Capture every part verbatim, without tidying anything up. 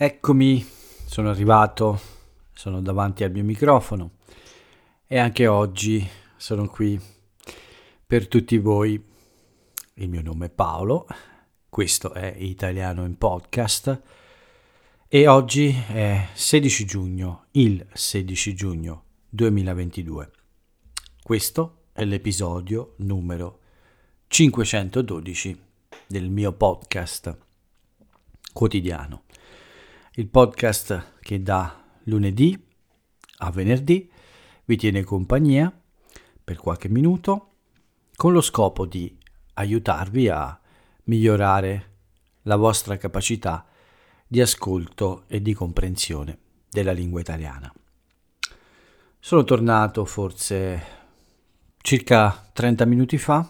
Eccomi, sono arrivato, sono davanti al mio microfono e anche oggi sono qui per tutti voi. Il mio nome è Paolo, questo è Italiano in Podcast e oggi è sedici giugno, il sedici giugno duemilaventidue. Questo è l'episodio numero cinquecentododici del mio podcast quotidiano. Il podcast che da lunedì a venerdì vi tiene compagnia per qualche minuto con lo scopo di aiutarvi a migliorare la vostra capacità di ascolto e di comprensione della lingua italiana. Sono tornato forse circa trenta minuti fa,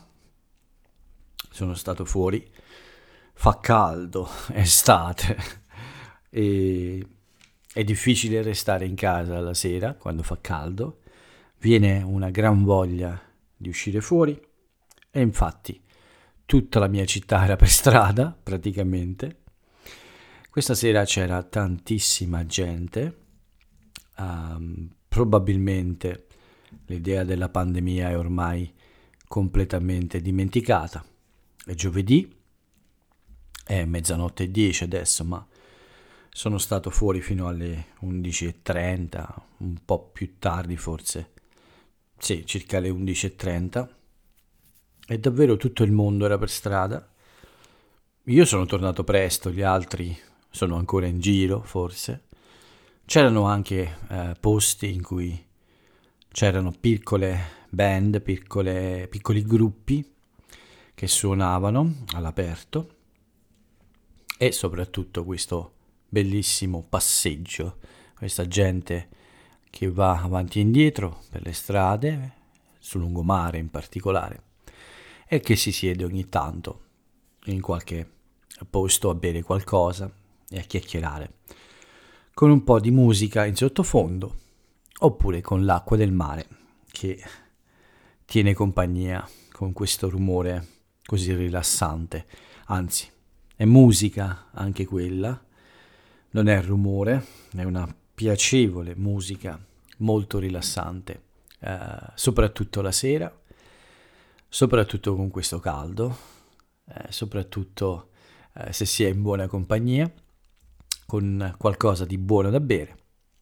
sono stato fuori, fa caldo, è estate. E è difficile restare in casa la sera quando fa caldo, viene una gran voglia di uscire fuori e infatti tutta la mia città era per strada praticamente. Questa sera c'era tantissima gente, um, probabilmente l'idea della pandemia è ormai completamente dimenticata. È giovedì, è mezzanotte e dieci adesso, ma sono stato fuori fino alle undici e trenta, un po' più tardi forse, sì, circa le undici e trenta, e davvero tutto il mondo era per strada. Io sono tornato presto, gli altri sono ancora in giro forse. C'erano anche eh, posti in cui c'erano piccole band, piccole, piccoli gruppi che suonavano all'aperto e soprattutto questo bellissimo passeggio, questa gente che va avanti e indietro per le strade, sul lungomare in particolare, e che si siede ogni tanto in qualche posto a bere qualcosa e a chiacchierare, con un po' di musica in sottofondo, oppure con l'acqua del mare che tiene compagnia con questo rumore così rilassante, anzi, è musica anche quella. Non è rumore, è una piacevole musica molto rilassante, eh, soprattutto la sera, soprattutto con questo caldo, eh, soprattutto eh, se si è in buona compagnia, con qualcosa di buono da bere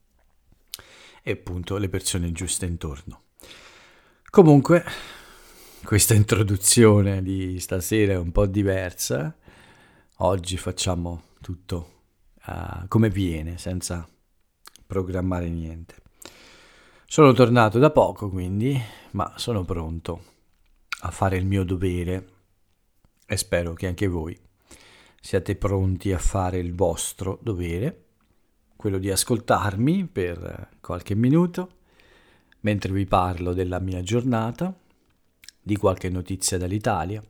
e appunto le persone giuste intorno. Comunque, questa introduzione di stasera è un po' diversa. Oggi facciamo tutto Uh, come viene, senza programmare niente. Sono tornato da poco quindi, ma sono pronto a fare il mio dovere e spero che anche voi siate pronti a fare il vostro dovere, quello di ascoltarmi per qualche minuto mentre vi parlo della mia giornata, di qualche notizia dall'Italia,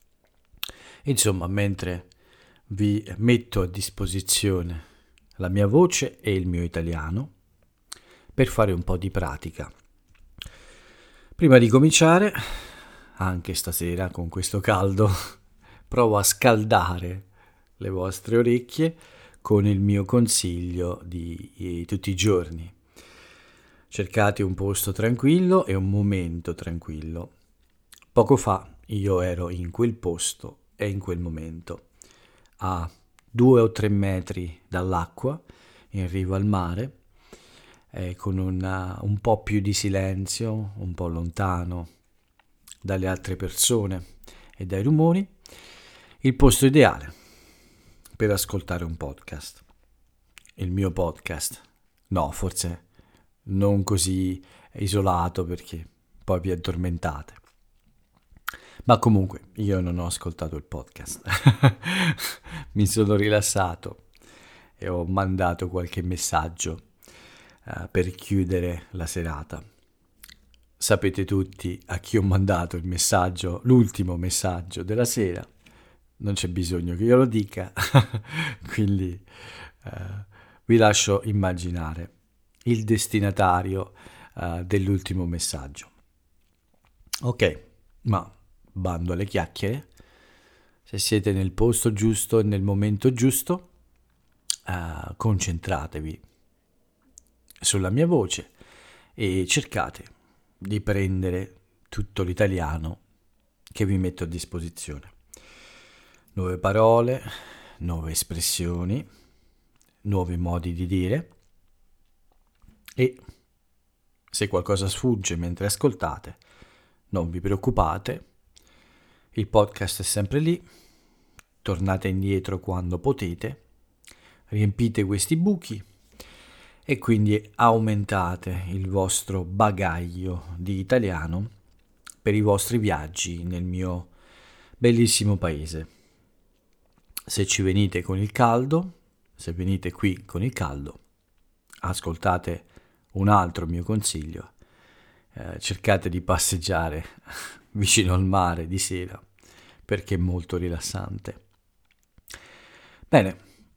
insomma mentre vi metto a disposizione la mia voce e il mio italiano per fare un po' di pratica. Prima di cominciare, anche stasera con questo caldo, provo a scaldare le vostre orecchie con il mio consiglio di, di tutti i giorni. Cercate un posto tranquillo e un momento tranquillo. Poco fa io ero in quel posto e in quel momento, a due o tre metri dall'acqua, in riva al mare, eh, con una, un po' più di silenzio, un po' lontano dalle altre persone e dai rumori, il posto ideale per ascoltare un podcast. Il mio podcast, no, forse non così isolato perché poi vi addormentate. Ma comunque io non ho ascoltato il podcast, mi sono rilassato e ho mandato qualche messaggio uh, per chiudere la serata. Sapete tutti a chi ho mandato il messaggio, l'ultimo messaggio della sera, non c'è bisogno che io lo dica, quindi uh, vi lascio immaginare il destinatario uh, dell'ultimo messaggio. Ok, ma bando alle chiacchiere, se siete nel posto giusto e nel momento giusto, uh, concentratevi sulla mia voce e cercate di prendere tutto l'italiano che vi metto a disposizione. Nuove parole, nuove espressioni, nuovi modi di dire, e se qualcosa sfugge mentre ascoltate, non vi preoccupate, il podcast è sempre lì, tornate indietro quando potete, riempite questi buchi e quindi aumentate il vostro bagaglio di italiano per i vostri viaggi nel mio bellissimo paese. Se ci venite con il caldo, se venite qui con il caldo, ascoltate un altro mio consiglio, eh, cercate di passeggiare vicino al mare di sera perché è molto rilassante. Bene,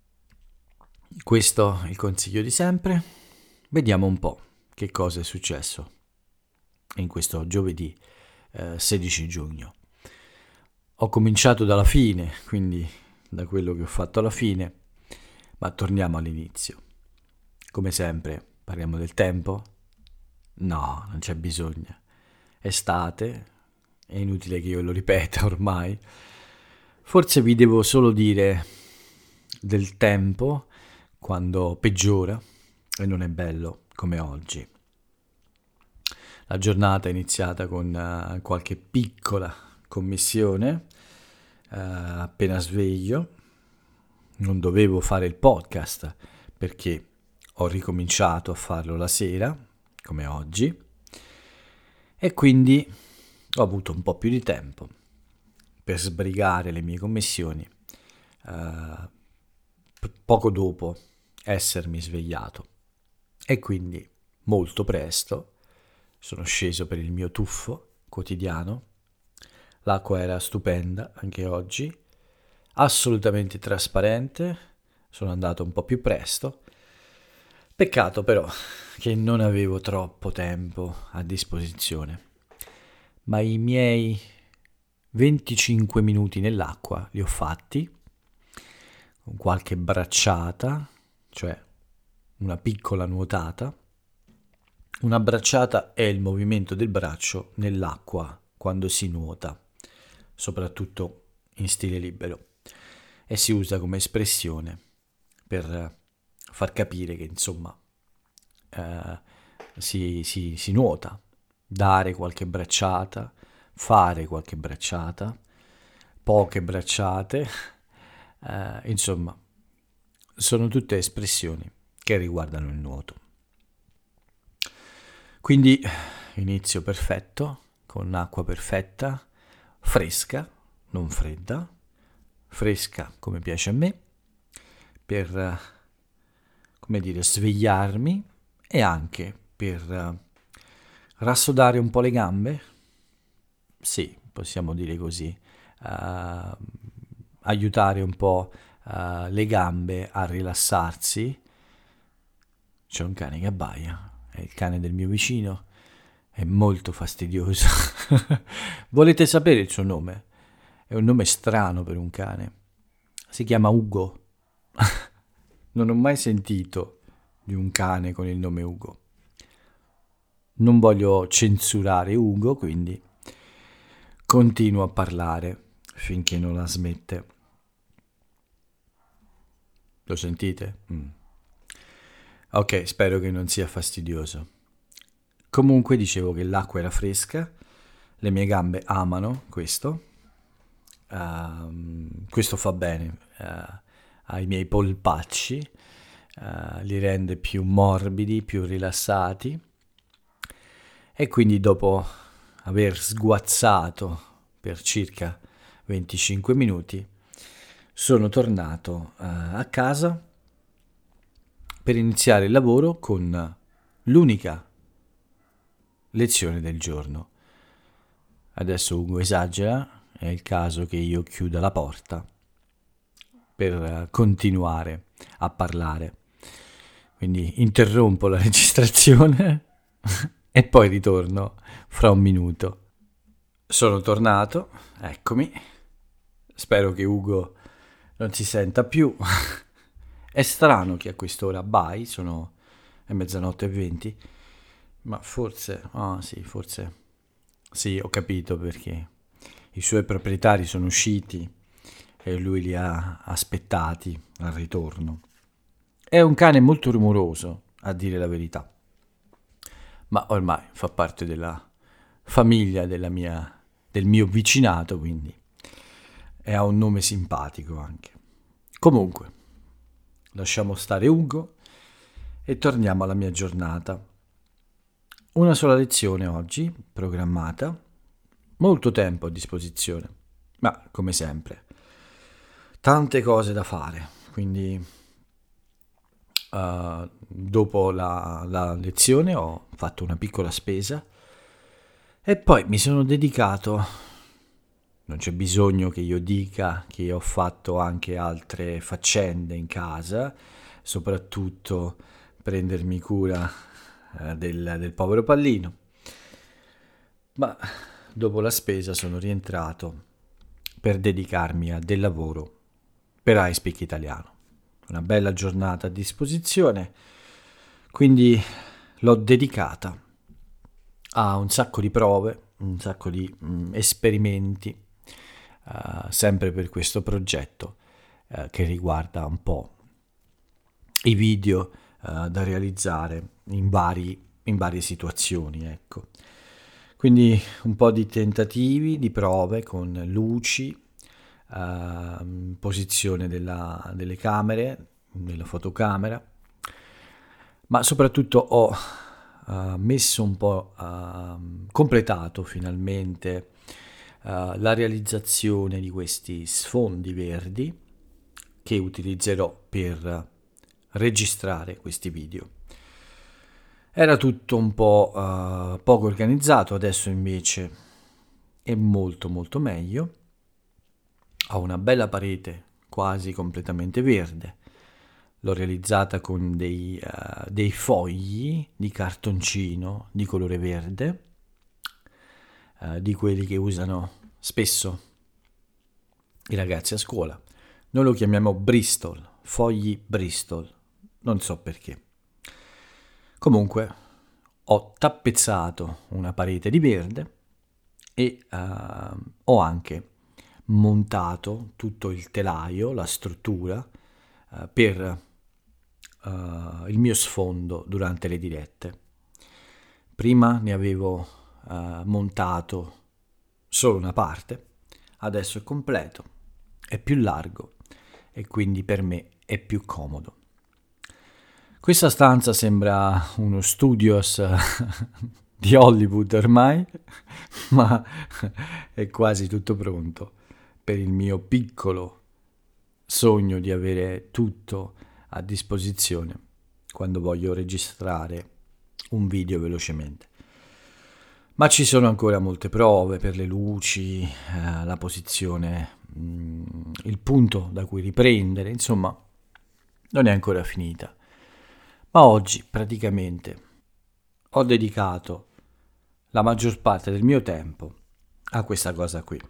questo è il consiglio di sempre. Vediamo un po' che cosa è successo in questo giovedì eh, sedici giugno. Ho cominciato dalla fine, quindi da quello che ho fatto alla fine, ma torniamo all'inizio. Come sempre, parliamo del tempo? No, non c'è bisogno. Estate, è inutile che io lo ripeta ormai. Forse vi devo solo dire del tempo quando peggiora e non è bello come oggi. La giornata è iniziata con uh, qualche piccola commissione, uh, appena sveglio. Non dovevo fare il podcast perché ho ricominciato a farlo la sera, come oggi, e quindi ho avuto un po' più di tempo per sbrigare le mie commissioni uh, p- poco dopo essermi svegliato. E quindi molto presto sono sceso per il mio tuffo quotidiano. L'acqua era stupenda anche oggi, assolutamente trasparente. Sono andato un po' più presto. Peccato però che non avevo troppo tempo a disposizione, ma i miei venticinque minuti nell'acqua li ho fatti con qualche bracciata, cioè una piccola nuotata. Una bracciata è il movimento del braccio nell'acqua quando si nuota, soprattutto in stile libero, e si usa come espressione per far capire che insomma eh, si, si, si nuota, dare qualche bracciata, fare qualche bracciata, poche bracciate, eh, insomma sono tutte espressioni che riguardano il nuoto. Quindi inizio perfetto, con acqua perfetta, fresca, non fredda, fresca come piace a me, per, come dire, svegliarmi e anche per rassodare un po' le gambe, sì, possiamo dire così, uh, aiutare un po' uh, le gambe a rilassarsi. C'è un cane che abbaia. È il cane del mio vicino, è molto fastidioso. Volete sapere il suo nome? È un nome strano per un cane. Si chiama Ugo. Non ho mai sentito di un cane con il nome Ugo. Non voglio censurare Ugo, quindi continuo a parlare finché non la smette. Lo sentite? Mm. Ok, spero che non sia fastidioso. Comunque dicevo che l'acqua era fresca, le mie gambe amano questo, uh, questo fa bene uh, ai miei polpacci, uh, li rende più morbidi, più rilassati, e quindi dopo aver sguazzato per circa venticinque minuti sono tornato uh, a casa per iniziare il lavoro con l'unica lezione del giorno. Adesso Ugo esagera, è il caso che io chiuda la porta per continuare a parlare. Quindi interrompo la registrazione e poi ritorno fra un minuto. Sono tornato, eccomi. Spero che Ugo non si senta più. È strano che a quest'ora bai, sono è mezzanotte e venti, ma forse, ah sì, forse, sì, ho capito perché i suoi proprietari sono usciti e lui li ha aspettati al ritorno. È un cane molto rumoroso, a dire la verità, ma ormai fa parte della famiglia della mia, del mio vicinato, quindi e ha un nome simpatico anche. Comunque, lasciamo stare Ugo e torniamo alla mia giornata. Una sola lezione oggi, programmata, molto tempo a disposizione, ma come sempre, tante cose da fare, quindi uh, dopo la, la lezione ho fatto una piccola spesa e poi mi sono dedicato, non c'è bisogno che io dica che ho fatto anche altre faccende in casa, soprattutto prendermi cura eh, del, del povero pallino, ma dopo la spesa sono rientrato per dedicarmi a del lavoro per iSpeak Italiano. Una bella giornata a disposizione, quindi l'ho dedicata a un sacco di prove, un sacco di mm, esperimenti, uh, sempre per questo progetto uh, che riguarda un po' i video uh, da realizzare in, vari, in varie situazioni, ecco. Quindi un po' di tentativi, di prove con luci, uh, posizione della, delle camere, della fotocamera, ma soprattutto ho uh, messo un po', uh, completato finalmente uh, la realizzazione di questi sfondi verdi che utilizzerò per registrare questi video. Era tutto un po' uh, poco organizzato, adesso invece è molto molto meglio. Ho una bella parete quasi completamente verde, l'ho realizzata con dei, uh, dei fogli di cartoncino di colore verde, uh, di quelli che usano spesso i ragazzi a scuola. Noi lo chiamiamo Bristol, fogli Bristol, non so perché. Comunque ho tappezzato una parete di verde e uh, ho anche montato tutto il telaio, la struttura uh, per uh, il mio sfondo durante le dirette. Prima ne avevo uh, montato solo una parte, adesso è completo, è più largo e quindi per me è più comodo. Questa stanza sembra uno studios di Hollywood ormai, ma è quasi tutto pronto per il mio piccolo sogno di avere tutto a disposizione quando voglio registrare un video velocemente. Ma ci sono ancora molte prove per le luci, eh, la posizione, mh, il punto da cui riprendere, insomma, non è ancora finita. Ma oggi praticamente ho dedicato la maggior parte del mio tempo a questa cosa qui.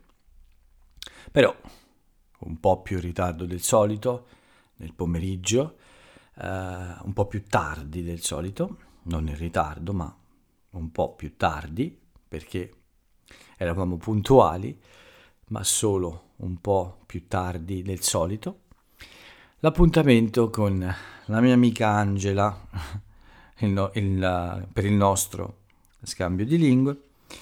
Però un po' più in ritardo del solito, nel pomeriggio, eh, un po' più tardi del solito, non in ritardo ma un po' più tardi perché eravamo puntuali, ma solo un po' più tardi del solito. L'appuntamento con la mia amica Angela il no, il, per il nostro scambio di lingue,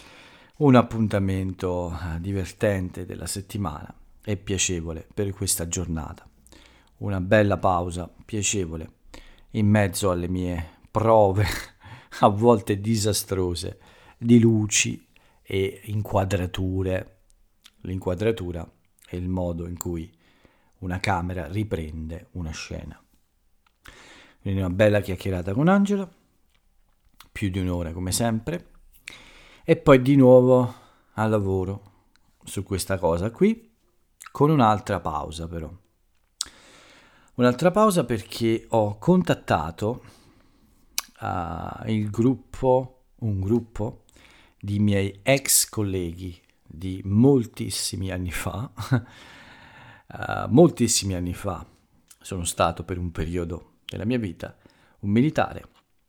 un appuntamento divertente della settimana e piacevole per questa giornata, una bella pausa piacevole in mezzo alle mie prove a volte disastrose di luci e inquadrature. L'inquadratura è il modo in cui una camera riprende una scena. Quindi una bella chiacchierata con Angela, più di un'ora come sempre, e poi di nuovo al lavoro su questa cosa qui, con un'altra pausa però. Un'altra pausa perché ho contattato uh, il gruppo, un gruppo di miei ex colleghi di moltissimi anni fa, uh, moltissimi anni fa, sono stato per un periodo della mia vita un militare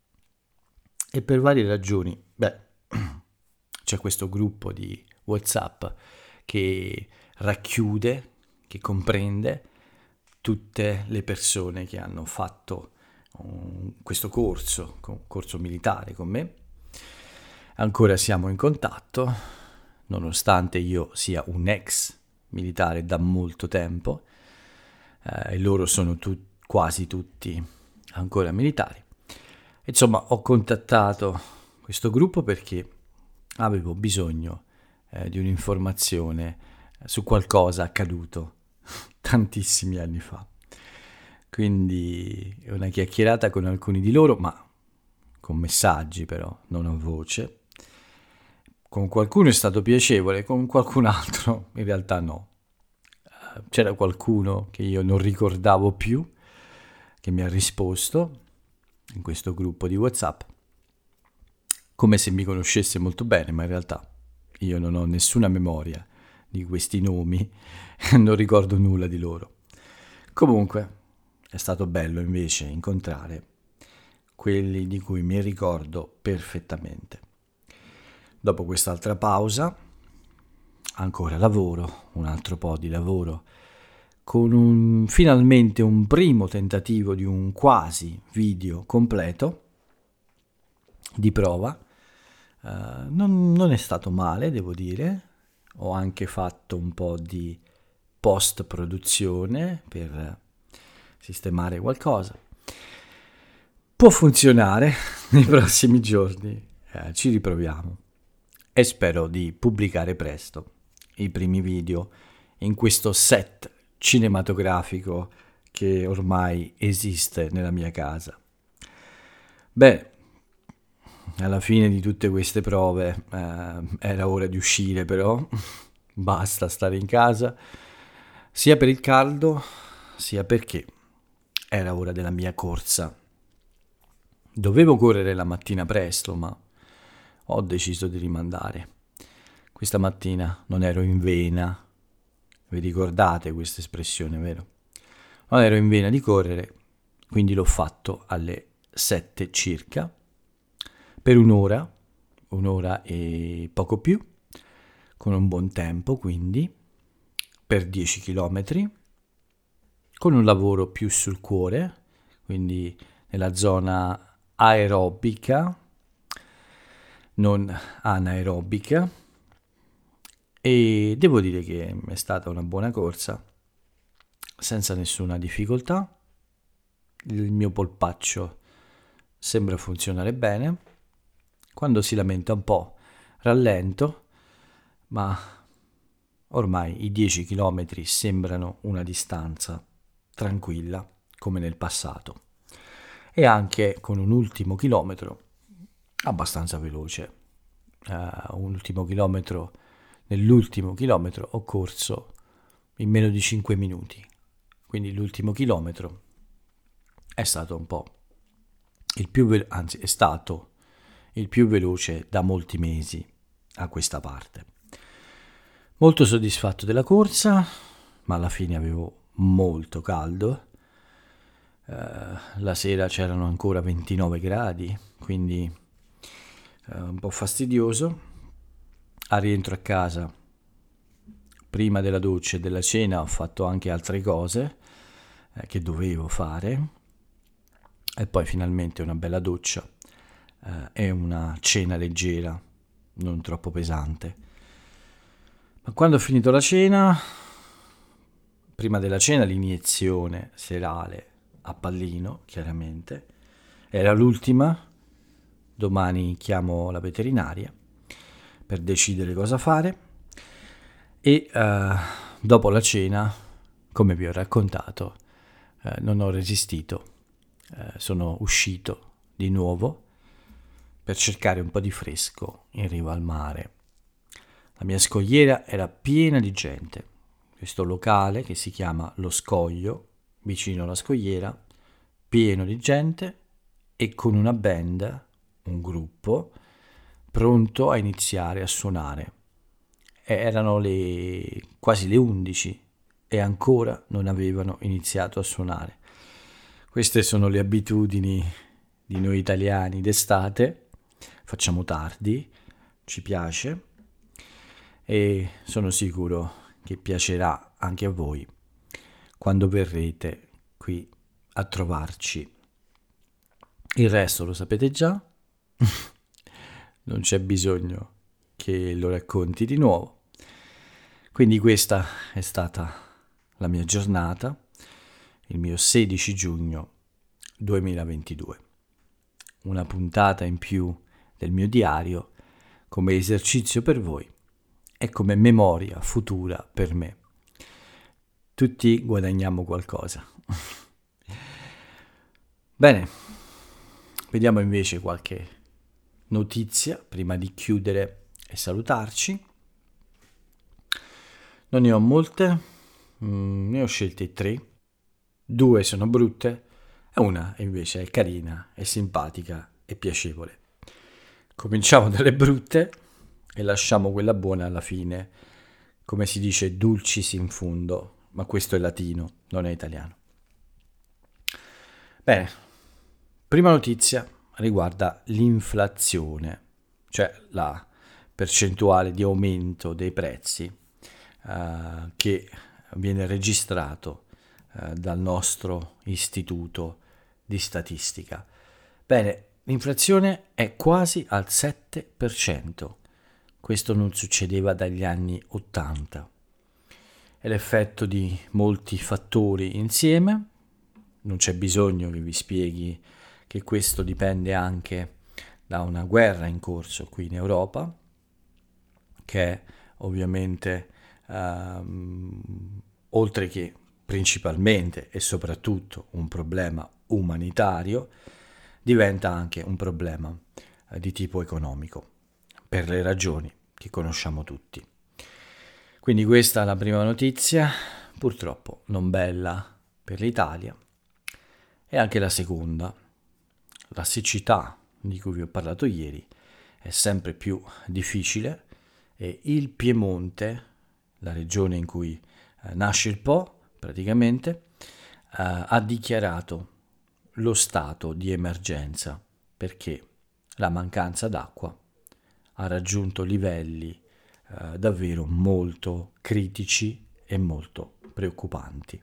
e per varie ragioni, beh, c'è questo gruppo di WhatsApp che racchiude, che comprende tutte le persone che hanno fatto um, questo corso, corso militare con me. Ancora siamo in contatto, nonostante io sia un ex militare da molto tempo, eh, e loro sono tu- quasi tutti ancora militari. Insomma, ho contattato questo gruppo perché avevo bisogno eh, di un'informazione su qualcosa accaduto tantissimi anni fa. Quindi una chiacchierata con alcuni di loro, ma con messaggi però, non a voce. Con qualcuno è stato piacevole, con qualcun altro in realtà no. C'era qualcuno che io non ricordavo più, che mi ha risposto in questo gruppo di WhatsApp, come se mi conoscesse molto bene, ma in realtà io non ho nessuna memoria di questi nomi, non ricordo nulla di loro. Comunque è stato bello invece incontrare quelli di cui mi ricordo perfettamente. Dopo quest'altra pausa, ancora lavoro, un altro po' di lavoro, con un, finalmente un primo tentativo di un quasi video completo di prova. Uh, non, non è stato male, devo dire. Ho anche fatto un po' di post-produzione per sistemare qualcosa. Può funzionare nei prossimi giorni, eh, ci riproviamo e spero di pubblicare presto i primi video in questo set cinematografico che ormai esiste nella mia casa. Beh, alla fine di tutte queste prove eh, era ora di uscire, però basta stare in casa, sia per il caldo sia perché era ora della mia corsa. Dovevo correre la mattina presto, ma ho deciso di rimandare. Questa mattina non ero in vena, vi ricordate questa espressione, vero? Non ero in vena di correre, quindi l'ho fatto alle sette circa, per un'ora, un'ora e poco più, con un buon tempo quindi, per dieci chilometri, con un lavoro più sul cuore, quindi nella zona aerobica, non anaerobica, e devo dire che è stata una buona corsa, senza nessuna difficoltà. Il mio polpaccio sembra funzionare bene, quando si lamenta un po' rallento, ma ormai i dieci chilometri sembrano una distanza tranquilla come nel passato, e anche con un ultimo chilometro abbastanza veloce. Uh, un ultimo chilometro, nell'ultimo chilometro ho corso in meno di cinque minuti, quindi l'ultimo chilometro è stato un po' il più ve- anzi è stato il più veloce da molti mesi a questa parte. Molto soddisfatto della corsa, ma alla fine avevo molto caldo. Uh, la sera c'erano ancora ventinove gradi, quindi uh, un po' fastidioso. Al rientro a casa, prima della doccia e della cena, ho fatto anche altre cose eh, che dovevo fare, e poi finalmente una bella doccia eh, e una cena leggera, non troppo pesante. Ma quando ho finito la cena, prima della cena l'iniezione serale a pallino, chiaramente, era l'ultima. Domani chiamo la veterinaria per decidere cosa fare, e uh, dopo la cena, come vi ho raccontato, uh, non ho resistito, uh, sono uscito di nuovo per cercare un po' di fresco in riva al mare. La mia scogliera era piena di gente. Questo locale che si chiama Lo Scoglio, vicino alla scogliera, pieno di gente e con una band, un gruppo, pronto a iniziare a suonare. Erano le quasi le undici e ancora non avevano iniziato a suonare. Queste sono le abitudini di noi italiani d'estate, facciamo tardi, ci piace e sono sicuro che piacerà anche a voi quando verrete qui a trovarci. Il resto lo sapete già, non c'è bisogno che lo racconti di nuovo. Quindi questa è stata la mia giornata, il mio sedici giugno duemilaventidue. Una puntata in più del mio diario come esercizio per voi e come memoria futura per me. Tutti guadagniamo qualcosa. Bene, vediamo invece qualche notizia prima di chiudere e salutarci. Non ne ho molte, mm, ne ho scelte tre. Due sono brutte e una invece è carina, è simpatica e piacevole. Cominciamo dalle brutte e lasciamo quella buona alla fine. Come si dice, dulcis in fundo, ma questo è latino, non è italiano. Bene, prima notizia riguarda l'inflazione, cioè la percentuale di aumento dei prezzi Uh, che viene registrato uh, dal nostro istituto di statistica. Bene, l'inflazione è quasi al sette per cento. Questo non succedeva dagli anni ottanta. È l'effetto di molti fattori insieme. Non c'è bisogno che vi spieghi che questo dipende anche da una guerra in corso qui in Europa, che è ovviamente Uh, oltre che principalmente e soprattutto un problema umanitario, diventa anche un problema uh, di tipo economico, per le ragioni che conosciamo tutti. Quindi questa è la prima notizia, purtroppo non bella per l'Italia, e anche la seconda. La siccità di cui vi ho parlato ieri è sempre più difficile e il Piemonte, la regione in cui eh, nasce il Po, praticamente, eh, ha dichiarato lo stato di emergenza perché la mancanza d'acqua ha raggiunto livelli eh, davvero molto critici e molto preoccupanti.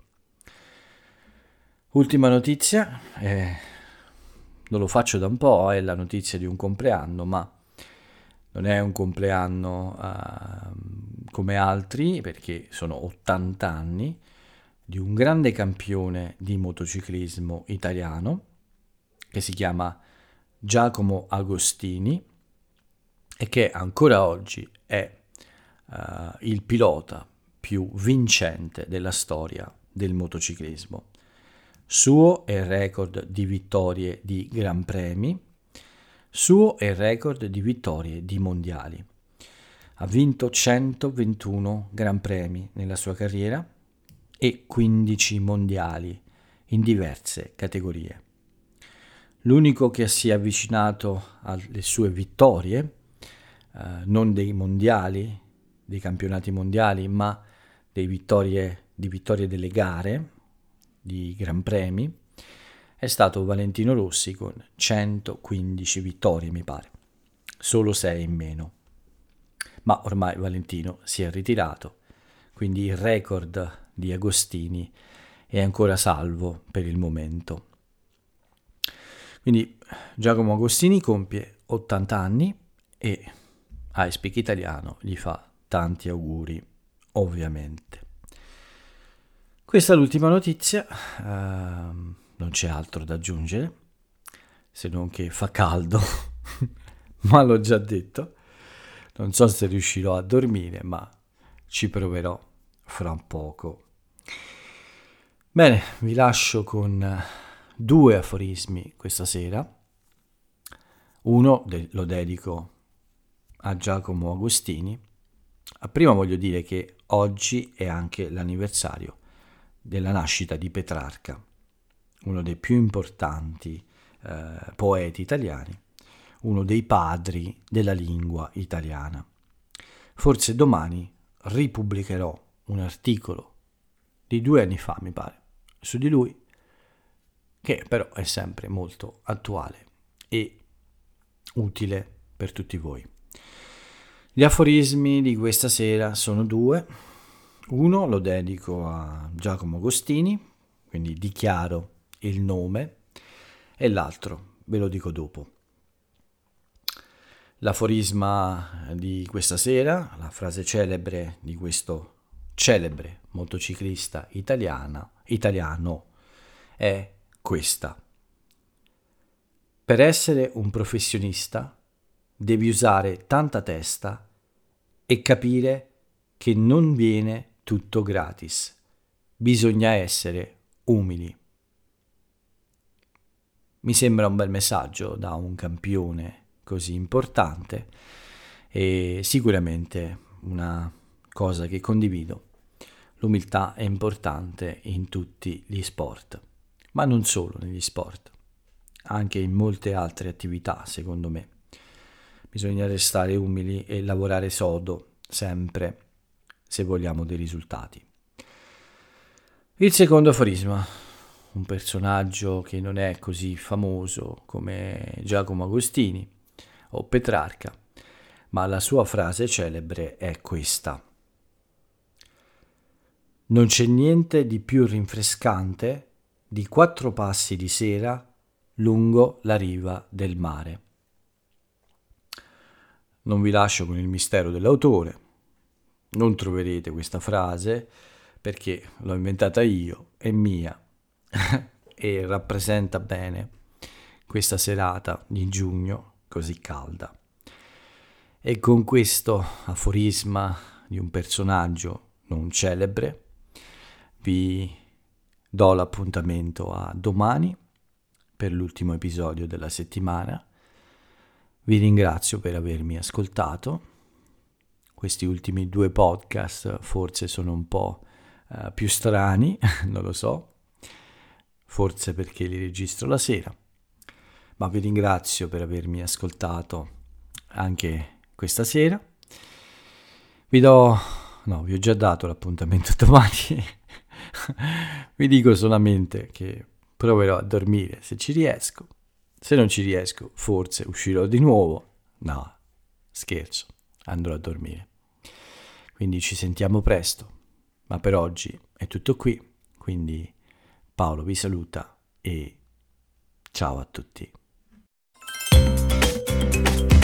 Ultima notizia, eh, non lo faccio da un po', è la notizia di un compleanno, ma non è un compleanno uh, come altri, perché sono ottanta anni di un grande campione di motociclismo italiano che si chiama Giacomo Agostini e che ancora oggi è uh, il pilota più vincente della storia del motociclismo. Suo è il record di vittorie di Gran Premi. Suo è il record di vittorie di mondiali. Ha vinto centoventuno Gran Premi nella sua carriera e quindici mondiali in diverse categorie. L'unico che si è avvicinato alle sue vittorie, eh, non dei mondiali, dei campionati mondiali, ma dei vittorie, di vittorie delle gare, di Gran Premi, è stato Valentino Rossi con centoquindici vittorie, mi pare, solo sei in meno. Ma ormai Valentino si è ritirato, quindi il record di Agostini è ancora salvo per il momento. Quindi Giacomo Agostini compie ottanta anni e iSpeak Italiano gli fa tanti auguri, ovviamente. Questa è l'ultima notizia. Uh, Non c'è altro da aggiungere, se non che fa caldo, ma l'ho già detto. Non so se riuscirò a dormire, ma ci proverò fra un poco. Bene, vi lascio con due aforismi questa sera. Uno de- lo dedico a Giacomo Agostini. A prima voglio dire che oggi è anche l'anniversario della nascita di Petrarca, uno dei più importanti eh, poeti italiani, uno dei padri della lingua italiana. Forse domani ripubblicherò un articolo di due anni fa, mi pare, su di lui, che però è sempre molto attuale e utile per tutti voi. Gli aforismi di questa sera sono due. Uno lo dedico a Giacomo Agostini, quindi dichiaro il nome, e l'altro ve lo dico dopo. L'aforisma di questa sera, la frase celebre di questo celebre motociclista italiana, italiano, è questa: per essere un professionista devi usare tanta testa e capire che non viene tutto gratis. Bisogna essere umili. Mi sembra un bel messaggio da un campione così importante e sicuramente una cosa che condivido. L'umiltà è importante in tutti gli sport, ma non solo negli sport, anche in molte altre attività, secondo me. Bisogna restare umili e lavorare sodo sempre se vogliamo dei risultati. Il secondo aforisma, un personaggio che non è così famoso come Giacomo Agostini o Petrarca, ma la sua frase celebre è questa: non c'è niente di più rinfrescante di quattro passi di sera lungo la riva del mare. Non vi lascio con il mistero dell'autore, non troverete questa frase perché l'ho inventata io, è mia e rappresenta bene questa serata di giugno così calda. E con questo aforisma di un personaggio non celebre vi do l'appuntamento a domani per l'ultimo episodio della settimana. Vi ringrazio per avermi ascoltato. Questi ultimi due podcast forse sono un po' uh, più strani, non lo so, forse perché li registro la sera, ma vi ringrazio per avermi ascoltato anche questa sera. Vi do, no, vi ho già dato l'appuntamento domani, vi dico solamente che proverò a dormire se ci riesco. Se non ci riesco, forse uscirò di nuovo. No, scherzo, andrò a dormire. Quindi ci sentiamo presto. Ma per oggi è tutto qui. Quindi Paolo vi saluta e ciao a tutti.